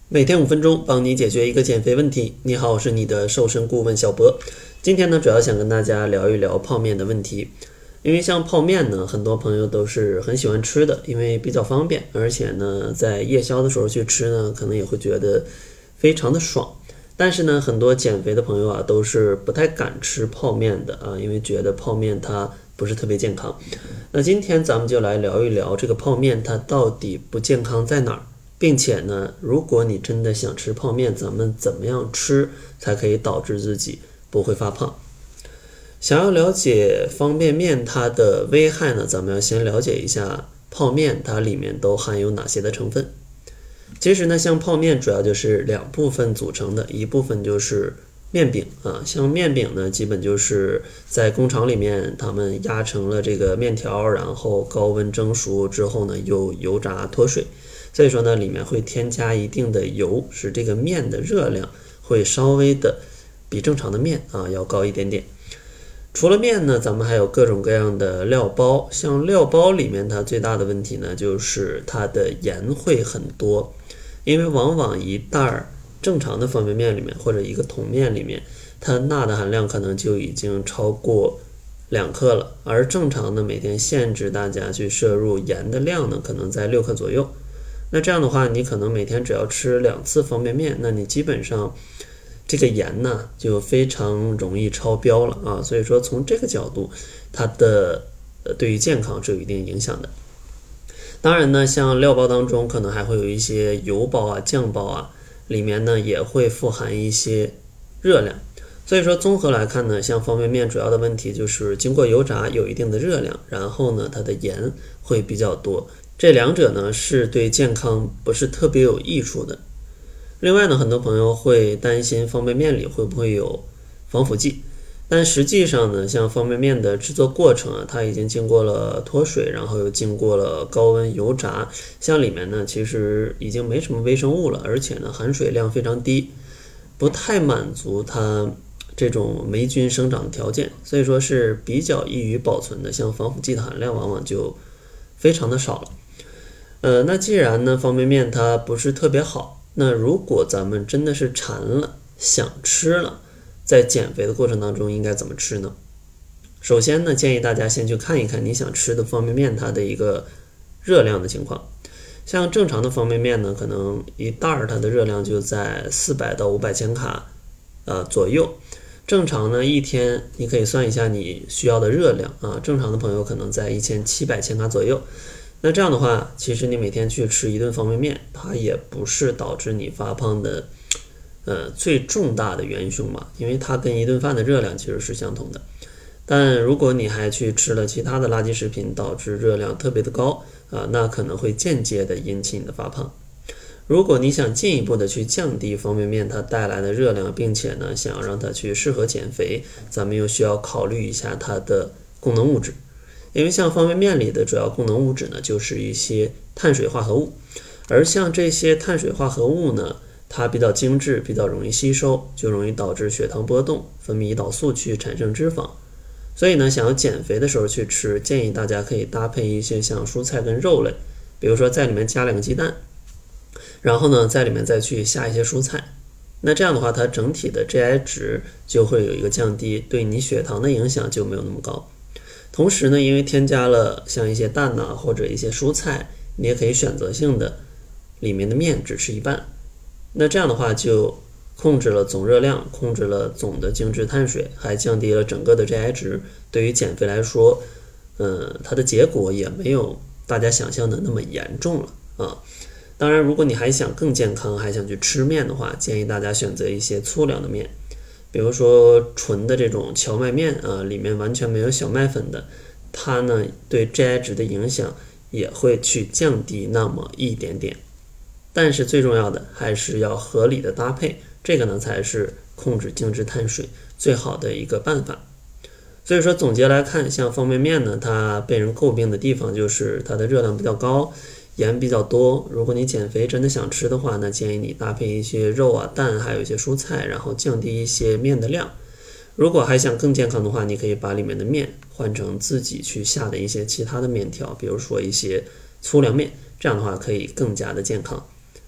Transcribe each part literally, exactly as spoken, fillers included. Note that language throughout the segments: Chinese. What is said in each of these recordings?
每天五分钟，帮你解决一个减肥问题。你好，我是你的瘦身顾问小博。今天呢，主要想跟大家聊一聊泡面的问题。因为像泡面呢，很多朋友都是很喜欢吃的，因为比较方便，而且呢，在夜宵的时候去吃呢，可能也会觉得非常的爽。但是呢，很多减肥的朋友啊，都是不太敢吃泡面的啊，因为觉得泡面它不是特别健康。那今天咱们就来聊一聊这个泡面它到底不健康在哪儿。并且呢，如果你真的想吃泡面，咱们怎么样吃才可以导致自己不会发胖？想要了解方便面它的危害呢，咱们要先了解一下泡面它里面都含有哪些的成分。其实呢，像泡面主要就是两部分组成的，一部分就是面饼啊，像面饼呢，基本就是在工厂里面他们压成了这个面条，然后高温蒸熟之后呢，又油炸脱水。所以说呢，里面会添加一定的油，使这个面的热量会稍微的比正常的面啊要高一点点。除了面呢，咱们还有各种各样的料包，像料包里面它最大的问题呢，就是它的盐会很多，因为往往一袋正常的方便面里面或者一个桶面里面，它钠的含量可能就已经超过两克了，而正常的每天限制大家去摄入盐的量呢，可能在六克左右。那这样的话，你可能每天只要吃两次方便面，那你基本上这个盐呢就非常容易超标了啊。所以说从这个角度，它的呃对于健康是有一定影响的。当然呢，像料包当中可能还会有一些油包啊、酱包啊，里面呢也会富含一些热量。所以说综合来看呢，像方便面主要的问题就是经过油炸有一定的热量，然后呢它的盐会比较多。这两者呢是对健康不是特别有益处的。另外呢，很多朋友会担心方便面里会不会有防腐剂，但实际上呢，像方便面的制作过程啊，它已经经过了脱水，然后又经过了高温油炸，像里面呢其实已经没什么微生物了，而且呢含水量非常低，不太满足它这种霉菌生长的条件，所以说是比较易于保存的，像防腐剂的含量往往就非常的少了。呃，那既然呢方便面它不是特别好，那如果咱们真的是馋了，想吃了，在减肥的过程当中应该怎么吃呢？首先呢，建议大家先去看一看你想吃的方便面它的一个热量的情况。像正常的方便面呢，可能一袋它的热量就在四百到五百千卡呃左右。正常呢，一天你可以算一下你需要的热量啊，正常的朋友可能在一千七百千卡左右。那这样的话，其实你每天去吃一顿方便面，它也不是导致你发胖的呃最重大的元凶嘛，因为它跟一顿饭的热量其实是相同的。但如果你还去吃了其他的垃圾食品，导致热量特别的高啊、呃，那可能会间接的引起你的发胖。如果你想进一步的去降低方便面它带来的热量，并且呢想要让它去适合减肥，咱们又需要考虑一下它的功能物质。因为像方便面里的主要功能物质呢，就是一些碳水化合物，而像这些碳水化合物呢，它比较精致，比较容易吸收，就容易导致血糖波动，分泌胰岛素去产生脂肪。所以呢，想要减肥的时候去吃，建议大家可以搭配一些像蔬菜跟肉类，比如说在里面加两个鸡蛋，然后呢在里面再去下一些蔬菜。那这样的话，它整体的 G I 值就会有一个降低，对你血糖的影响就没有那么高。同时呢，因为添加了像一些蛋呐、啊、或者一些蔬菜，你也可以选择性的里面的面只吃一半。那这样的话就控制了总热量，控制了总的精致碳水，还降低了整个的 G I 值。对于减肥来说，嗯，它的结果也没有大家想象的那么严重了啊。当然，如果你还想更健康，还想去吃面的话，建议大家选择一些粗粮的面。比如说纯的这种荞麦面啊，里面完全没有小麦粉的，它呢对 G I 值的影响也会去降低那么一点点。但是最重要的还是要合理的搭配，这个呢才是控制精致碳水最好的一个办法。所以说总结来看，像方便面呢，它被人诟病的地方就是它的热量比较高，盐比较多。如果你减肥真的想吃的话呢，建议你搭配一些肉啊、蛋，还有一些蔬菜，然后降低一些面的量。如果还想更健康的话，你可以把里面的面换成自己去下的一些其他的面条，比如说一些粗粮面，这样的话可以更加的健康。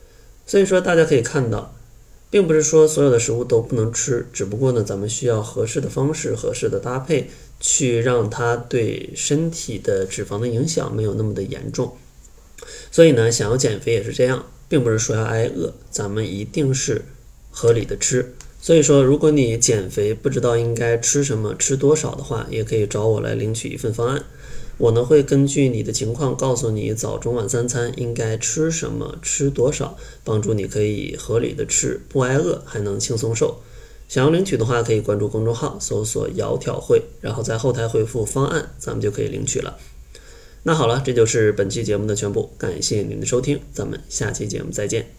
所以说大家可以看到，并不是说所有的食物都不能吃，只不过呢，咱们需要合适的方式、合适的搭配，去让它对身体的脂肪的影响没有那么的严重。所以呢，想要减肥也是这样，并不是说要挨饿，咱们一定是合理的吃。所以说，如果你减肥不知道应该吃什么、吃多少的话，也可以找我来领取一份方案。我呢会根据你的情况告诉你早中晚三餐应该吃什么、吃多少，帮助你可以合理的吃，不挨饿，还能轻松瘦。想要领取的话，可以关注公众号，搜索窈窕会，然后在后台回复方案，咱们就可以领取了。那好了，这就是本期节目的全部，感谢您的收听，咱们下期节目再见。